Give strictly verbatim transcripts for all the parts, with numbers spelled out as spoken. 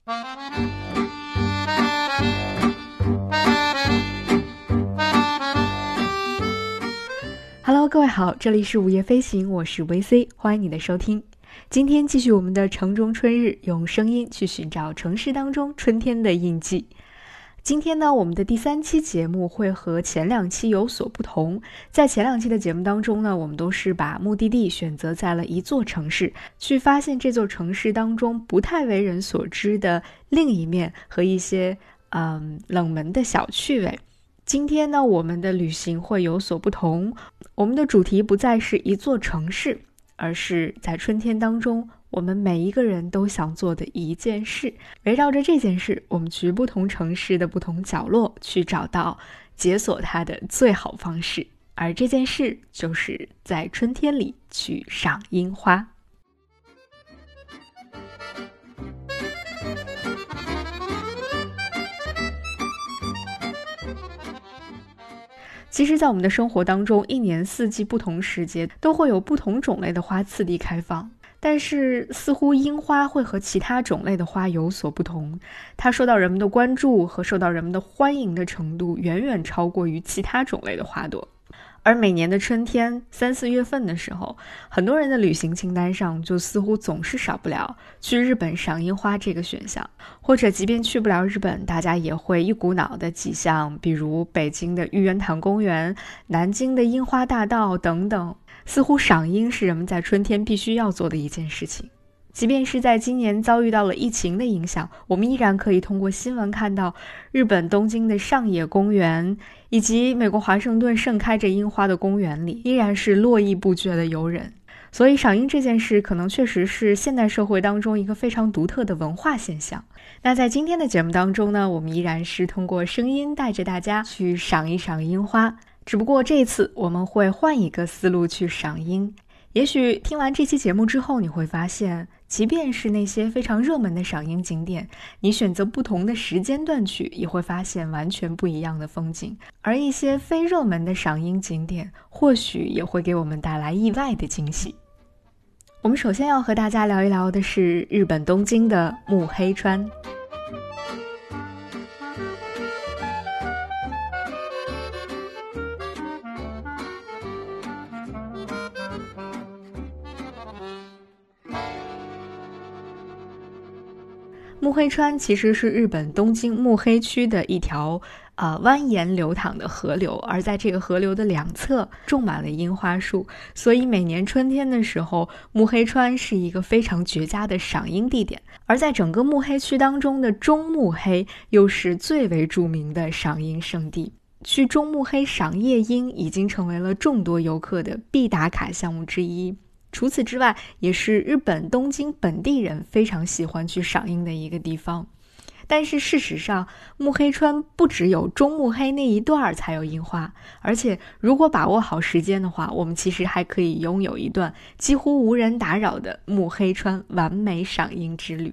Hello， 各位好，这里是午夜飞行，我是 V C， 欢迎你的收听。今天继续我们的城中春日，用声音去寻找城市当中春天的印记。今天呢，我们的第三期节目会和前两期有所不同。在前两期的节目当中呢，我们都是把目的地选择在了一座城市，去发现这座城市当中不太为人所知的另一面和一些嗯冷门的小趣味。今天呢，我们的旅行会有所不同，我们的主题不再是一座城市，而是在春天当中我们每一个人都想做的一件事。围绕着这件事，我们去不同城市的不同角落去找到解锁它的最好方式，而这件事就是在春天里去赏樱花。其实在我们的生活当中，一年四季不同时节都会有不同种类的花次第开放，但是似乎樱花会和其他种类的花有所不同，它受到人们的关注和受到人们的欢迎的程度远远超过于其他种类的花朵。而每年的春天三四月份的时候，很多人的旅行清单上就似乎总是少不了去日本赏樱花这个选项，或者即便去不了日本，大家也会一股脑的挤向比如北京的玉渊潭公园、南京的樱花大道等等，似乎赏樱是人们在春天必须要做的一件事情。即便是在今年遭遇到了疫情的影响，我们依然可以通过新闻看到日本东京的上野公园以及美国华盛顿盛开着樱花的公园里依然是络绎不绝的游人。所以赏樱这件事可能确实是现代社会当中一个非常独特的文化现象。那在今天的节目当中呢，我们依然是通过声音带着大家去赏一赏樱花，只不过这一次我们会换一个思路去赏樱。也许听完这期节目之后，你会发现即便是那些非常热门的赏樱景点，你选择不同的时间段去，也会发现完全不一样的风景。而一些非热门的赏樱景点，或许也会给我们带来意外的惊喜。我们首先要和大家聊一聊的是日本东京的目黑川。目黑川其实是日本东京目黑区的一条呃蜿蜒流淌的河流，而在这个河流的两侧种满了樱花树，所以每年春天的时候，目黑川是一个非常绝佳的赏樱地点。而在整个目黑区当中的中目黑又是最为著名的赏樱胜地，去中目黑赏夜樱已经成为了众多游客的必打卡项目之一。除此之外，也是日本东京本地人非常喜欢去赏樱的一个地方。但是事实上，目黑川不只有中目黑那一段才有樱花，而且如果把握好时间的话，我们其实还可以拥有一段几乎无人打扰的目黑川完美赏樱之旅。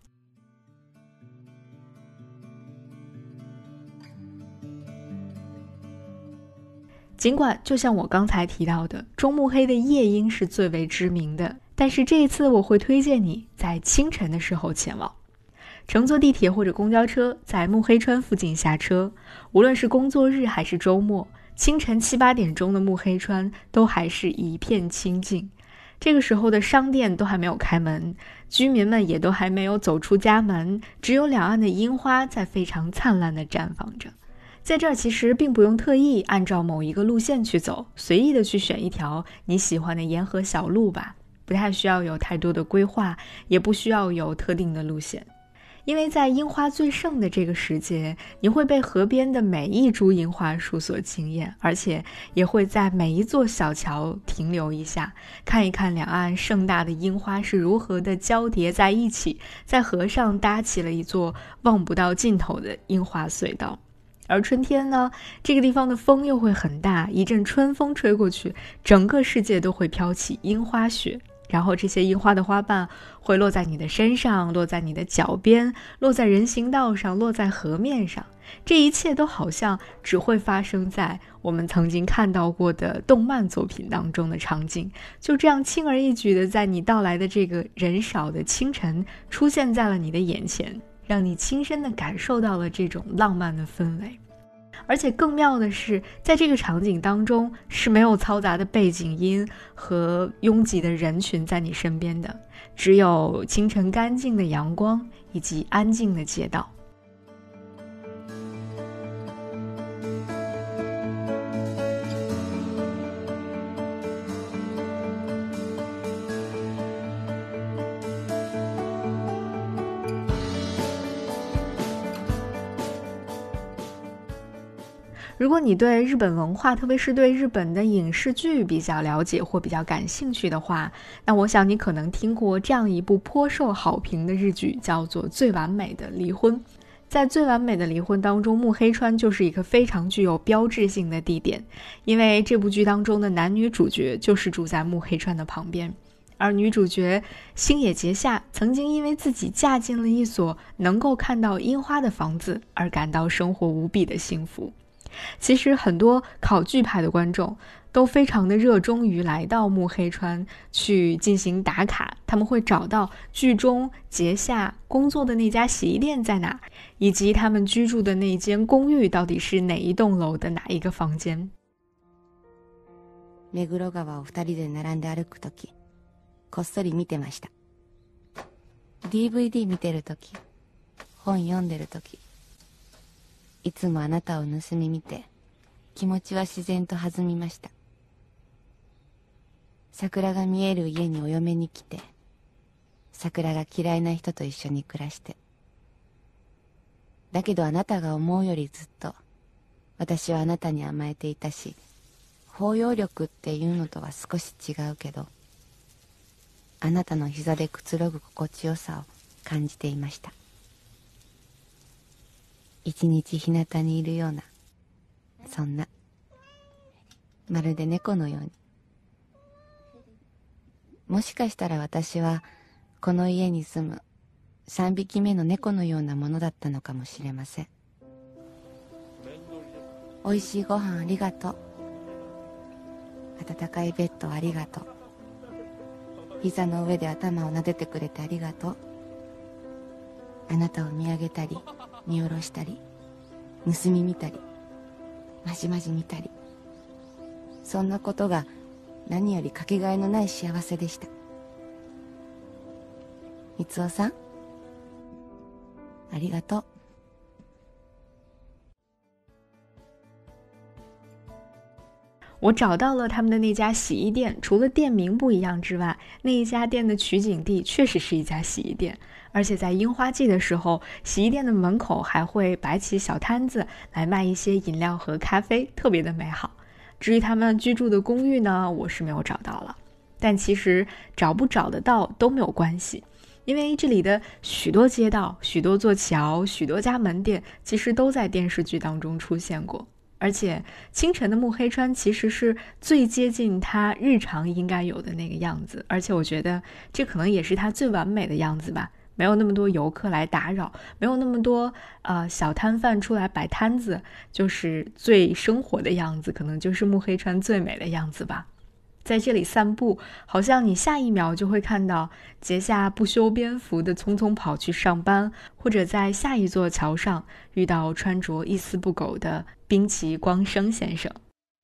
尽管就像我刚才提到的，中目黑的夜樱是最为知名的，但是这一次我会推荐你在清晨的时候前往，乘坐地铁或者公交车，在目黑川附近下车。无论是工作日还是周末，清晨七八点钟的目黑川都还是一片清静。这个时候的商店都还没有开门，居民们也都还没有走出家门，只有两岸的樱花在非常灿烂地绽放着。在这儿其实并不用特意按照某一个路线去走，随意的去选一条你喜欢的沿河小路吧，不太需要有太多的规划，也不需要有特定的路线。因为在樱花最盛的这个时节，你会被河边的每一株樱花树所惊艳，而且也会在每一座小桥停留一下，看一看两岸盛大的樱花是如何的交叠在一起，在河上搭起了一座望不到尽头的樱花隧道。而春天呢，这个地方的风又会很大，一阵春风吹过去，整个世界都会飘起樱花雪，然后这些樱花的花瓣会落在你的身上，落在你的脚边，落在人行道上，落在河面上。这一切都好像只会发生在我们曾经看到过的动漫作品当中的场景，就这样轻而易举的在你到来的这个人少的清晨出现在了你的眼前。 让你亲身地感受到了这种浪漫的氛围。而且更妙的是，在这个场景当中是没有嘈杂的背景音和拥挤的人群在你身边的，只有清晨干净的阳光以及安静的街道。如果你对日本文化，特别是对日本的影视剧比较了解或比较感兴趣的话，那我想你可能听过这样一部颇受好评的日剧，叫做《最完美的离婚》。在《最完美的离婚》当中，木黑川就是一个非常具有标志性的地点，因为这部剧当中的男女主角就是住在木黑川的旁边。而女主角星野结夏曾经因为自己嫁进了一所能够看到樱花的房子而感到生活无比的幸福。其实很多考据派的观众都非常的热衷于来到木黑川去进行打卡，他们会找到剧中结夏工作的那家洗衣店在哪，以及他们居住的那间公寓到底是哪一栋楼的哪一个房间。 目黒川を二人で並んで歩くとき、こっそり見てました。ディーブイディー 見てるとき、本読んでるとき、いつもあなたを盗み見て、気持ちは自然と弾みました。桜が見える家にお嫁に来て、桜が嫌いな人と一緒に暮らして。だけどあなたが思うよりずっと、私はあなたに甘えていたし、包容力っていうのとは少し違うけど、あなたの膝でくつろぐ心地よさを感じていました。一日日向にいるような、そんな、まるで猫のように。もしかしたら私はこの家に住む三匹目の猫のようなものだったのかもしれません。おいしいご飯ありがとう。暖かいベッドありがとう。膝の上で頭を撫でてくれてありがとう。あなたを見上げたり見下ろしたり盗み見たりまじまじ見たり、そんなことが何よりかけがえのない幸せでした。みつおさん、ありがとう。 我找到了他们的那家洗衣店，除了店名不一样之外，那一家店的取景地确实是一家洗衣店，而且在樱花季的时候，洗衣店的门口还会摆起小摊子来卖一些饮料和咖啡，特别的美好。至于他们居住的公寓呢，我是没有找到了，但其实找不找得到都没有关系，因为这里的许多街道、许多座桥、许多家门店其实都在电视剧当中出现过。而且清晨的木黑川其实是最接近他日常应该有的那个样子，而且我觉得这可能也是他最完美的样子吧，没有那么多游客来打扰，没有那么多呃小摊贩出来摆摊子，就是最生活的样子，可能就是木黑川最美的样子吧。在这里散步，好像你下一秒就会看到结夏不修边幅的匆匆跑去上班，或者在下一座桥上遇到穿着一丝不苟的滨崎光生先生。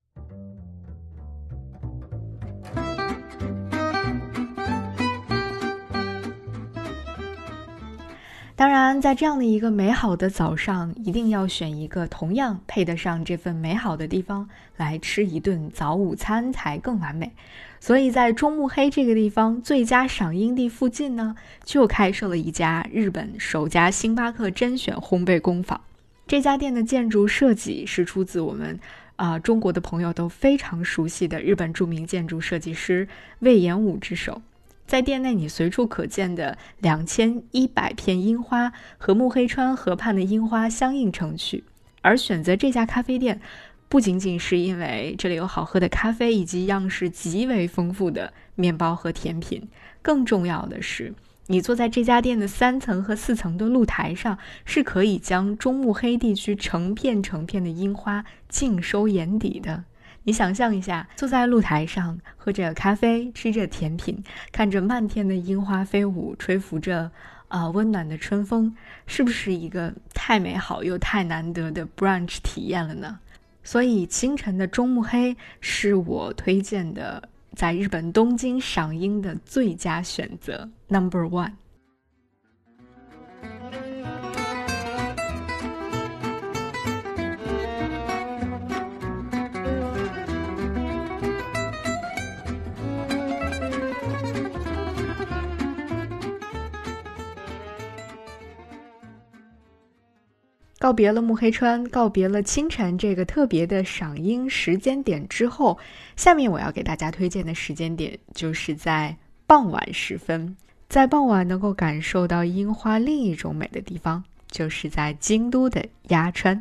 当然，在这样的一个美好的早上，一定要选一个同样配得上这份美好的地方来吃一顿早午餐才更完美。所以在中目黑这个地方最佳赏樱地附近呢，就开设了一家日本首家星巴克甄选烘焙工坊。这家店的建筑设计是出自我们呃、中国的朋友都非常熟悉的日本著名建筑设计师魏延武之手。在店内你随处可见的两千一百片樱花和木黑川河畔的樱花相映成趣，而选择这家咖啡店不仅仅是因为这里有好喝的咖啡以及样式极为丰富的面包和甜品，更重要的是你坐在这家店的三层和四层的露台上，是可以将中目黑地区成片成片的樱花尽收眼底的。你想象一下，坐在露台上，喝着咖啡，吃着甜品，看着漫天的樱花飞舞，吹拂着啊、呃、温暖的春风，是不是一个太美好又太难得的 brunch 体验了呢？所以清晨的中目黑是我推荐的在日本东京赏樱的最佳选择 number one。告别了目黑川，告别了清晨这个特别的赏樱时间点之后，下面我要给大家推荐的时间点就是在傍晚时分。在傍晚能够感受到樱花另一种美的地方，就是在京都的鸭川。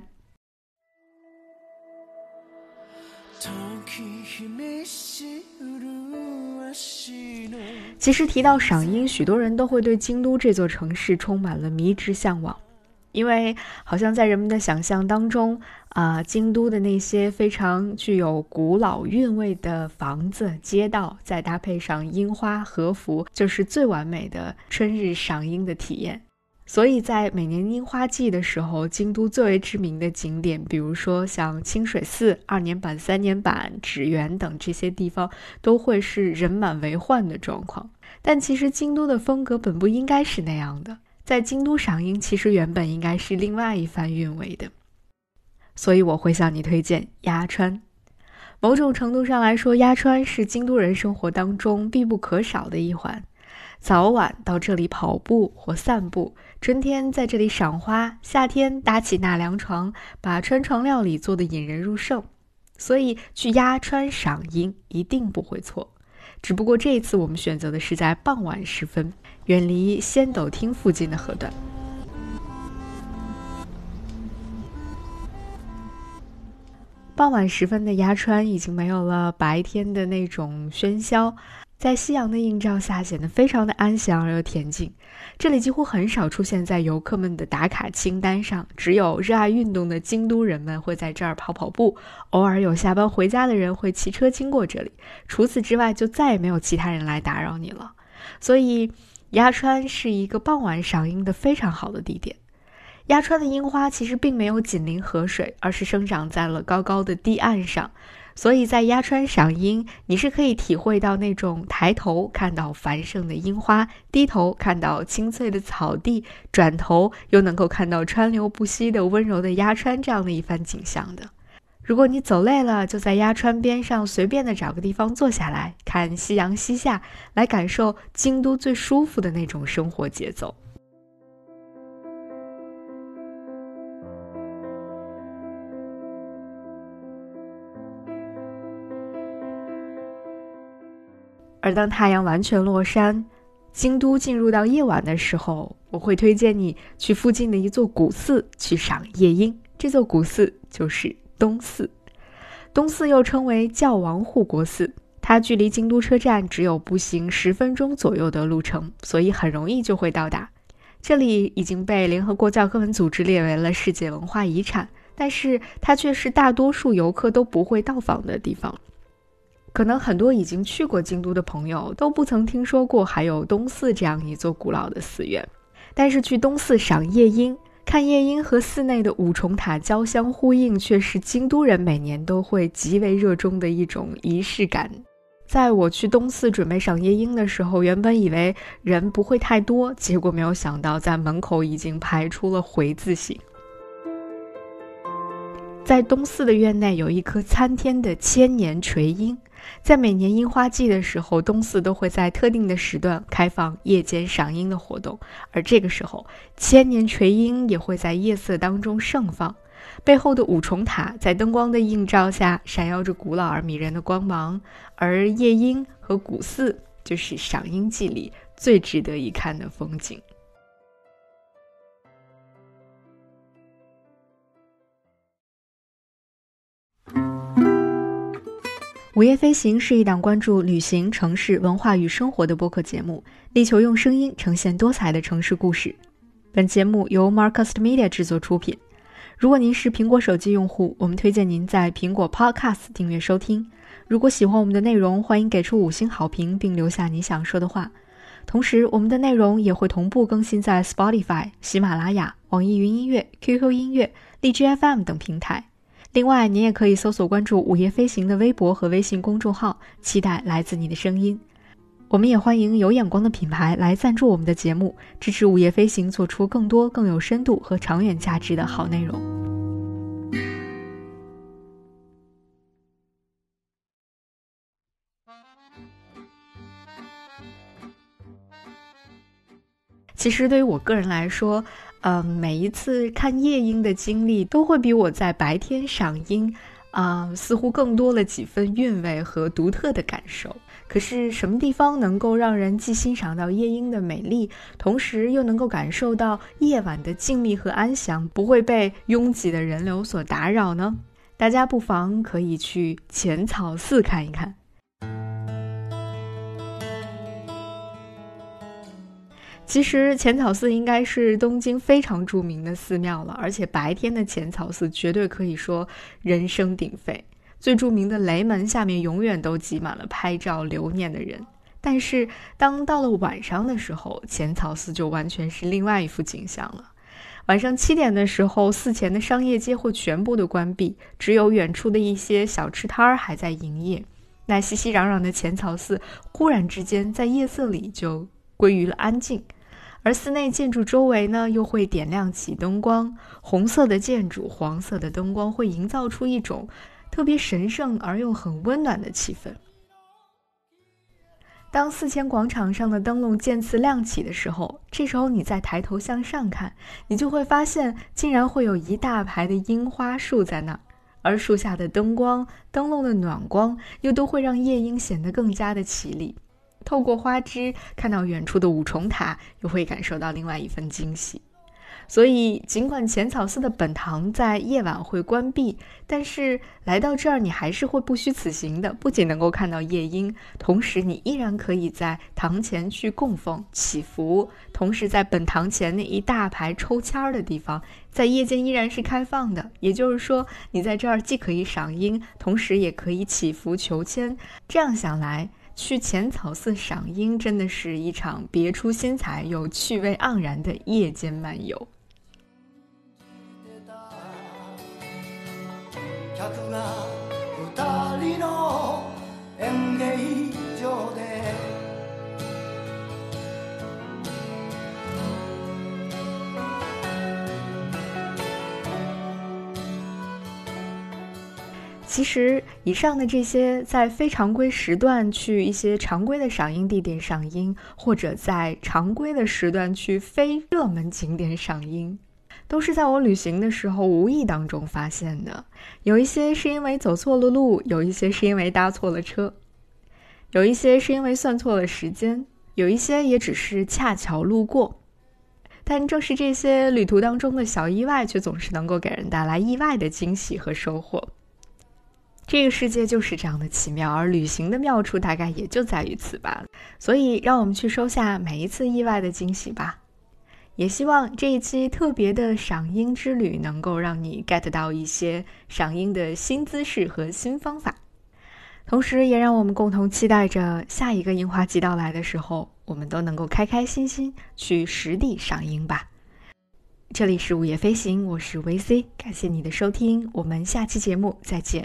其实提到赏樱，许多人都会对京都这座城市充满了迷之向往。因为好像在人们的想象当中啊、呃，京都的那些非常具有古老韵味的房子、街道，再搭配上樱花和服，就是最完美的春日赏樱的体验。所以在每年樱花季的时候，京都最为知名的景点，比如说像清水寺、二年坂、三年坂、纸园等这些地方，都会是人满为患的状况。但其实京都的风格本不应该是那样的。在京都赏樱其实原本应该是另外一番韵味的，所以我会向你推荐鸭川。某种程度上来说，鸭川是京都人生活当中必不可少的一环。早晚到这里跑步或散步，春天在这里赏花，夏天搭起纳凉床，把川床料理做得引人入胜。所以去鸭川赏樱一定不会错。只不过这一次我们选择的是在傍晚时分，远离仙斗町附近的河段。傍晚时分的鸭川已经没有了白天的那种喧嚣，在夕阳的映照下显得非常的安详而又恬静。这里几乎很少出现在游客们的打卡清单上，只有热爱运动的京都人们会在这儿跑跑步，偶尔有下班回家的人会骑车经过这里，除此之外就再也没有其他人来打扰你了。所以鸭川是一个傍晚赏樱的非常好的地点。鸭川的樱花其实并没有紧邻河水，而是生长在了高高的堤岸上，所以在鸭川赏樱，你是可以体会到那种抬头看到繁盛的樱花，低头看到青翠的草地，转头又能够看到川流不息的温柔的鸭川这样的一番景象的。如果你走累了，就在鸭川边上随便的找个地方坐下来，看夕阳西下，来感受京都最舒服的那种生活节奏。而当太阳完全落山，京都进入到夜晚的时候，我会推荐你去附近的一座古寺去赏夜樱。这座古寺就是东寺。东寺又称为教王护国寺，它距离京都车站只有步行十分钟左右的路程，所以很容易就会到达。这里已经被联合国教科文组织列为了世界文化遗产，但是它却是大多数游客都不会到访的地方。可能很多已经去过京都的朋友都不曾听说过还有东寺这样一座古老的寺院，但是去东寺赏夜樱，看夜樱和寺内的五重塔交相呼应，却是京都人每年都会极为热衷的一种仪式感。在我去东寺准备赏夜樱的时候，原本以为人不会太多，结果没有想到在门口已经排出了回字形。在东寺的院内有一棵参天的千年垂樱，在每年樱花季的时候，东寺都会在特定的时段开放夜间赏樱的活动，而这个时候千年垂樱也会在夜色当中盛放，背后的五重塔在灯光的映照下闪耀着古老而迷人的光芒，而夜樱和古寺就是赏樱季里最值得一看的风景。午夜飞行是一档关注旅行、城市、文化与生活的播客节目，力求用声音呈现多彩的城市故事。本节目由 Marcast Media 制作出品。如果您是苹果手机用户，我们推荐您在苹果 Podcast 订阅收听。如果喜欢我们的内容，欢迎给出五星好评并留下你想说的话。 同时我们的内容也会同步更新在 Spotify、喜马拉雅、网易云音乐、Q Q 音乐、荔枝 F M 等平台。另外您也可以搜索关注午夜飞行的微博和微信公众号，期待来自你的声音。我们也欢迎有眼光的品牌来赞助我们的节目，支持午夜飞行做出更多更有深度和长远价值的好内容。其实对于我个人来说，呃，每一次看夜莺的经历都会比我在白天赏樱啊、呃，似乎更多了几分韵味和独特的感受。可是什么地方能够让人既欣赏到夜莺的美丽，同时又能够感受到夜晚的静谧和安详，不会被拥挤的人流所打扰呢？大家不妨可以去浅草寺看一看。其实浅草寺应该是东京非常著名的寺庙了，而且白天的浅草寺绝对可以说人声鼎沸。最著名的雷门下面永远都挤满了拍照留念的人，但是当到了晚上的时候，浅草寺就完全是另外一幅景象了。晚上七点的时候，寺前的商业街会全部的关闭，只有远处的一些小吃摊儿还在营业。那熙熙攘攘的浅草寺忽然之间在夜色里就归于了安静，而寺内建筑周围呢又会点亮起灯光，红色的建筑，黄色的灯光会营造出一种特别神圣而又很温暖的气氛。当寺前广场上的灯笼渐次亮起的时候，这时候你再抬头向上看，你就会发现竟然会有一大排的樱花树在那儿，而树下的灯光、灯笼的暖光又都会让夜莺显得更加的绮丽。透过花枝看到远处的五重塔，又会感受到另外一份惊喜。所以尽管浅草寺的本堂在夜晚会关闭，但是来到这儿你还是会不虚此行的，不仅能够看到夜莺，同时你依然可以在堂前去供奉祈福，同时在本堂前那一大排抽签的地方在夜间依然是开放的，也就是说你在这儿既可以赏樱，同时也可以祈福求签。这样想来，去浅草寺赏樱真的是一場别出心裁又趣味盎然的夜间漫游。其实以上的这些在非常规时段去一些常规的赏樱地点赏樱，或者在常规的时段去非热门景点赏樱，都是在我旅行的时候无意当中发现的。有一些是因为走错了路，有一些是因为搭错了车，有一些是因为算错了时间，有一些也只是恰巧路过。但正是这些旅途当中的小意外，却总是能够给人带来意外的惊喜和收获。这个世界就是这样的奇妙，而旅行的妙处大概也就在于此吧。所以让我们去收下每一次意外的惊喜吧。也希望这一期特别的赏樱之旅能够让你 get 到一些赏樱的新姿势和新方法，同时也让我们共同期待着下一个樱花季到来的时候，我们都能够开开心心去实地赏樱吧。这里是午夜飞行，我是维 C， 感谢你的收听，我们下期节目再见。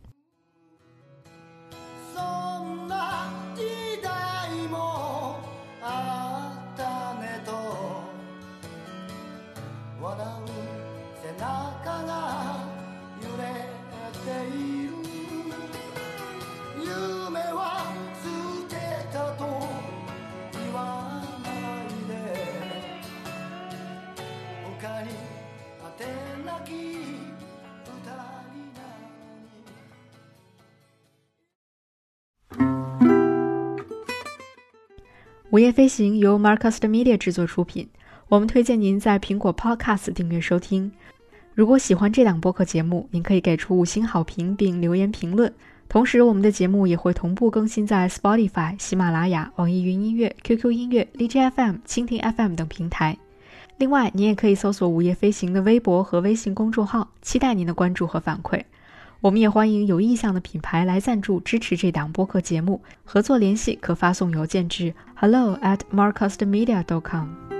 午夜飞行由 Marcus Media 制作出品，我们推荐您在苹果 Podcast 订阅收听。如果喜欢这档播客节目，您可以给出五星好评并留言评论。同时我们的节目也会同步更新在 Spotify、喜马拉雅、网易云音乐、Q Q 音乐、荔枝 F M、蜻蜓 F M 等平台。另外您也可以搜索午夜飞行的微博和微信公众号，期待您的关注和反馈。 我们也欢迎有意向的品牌来赞助支持这档播客节目，合作联系可发送邮件至 hello at marcastmedia dot com。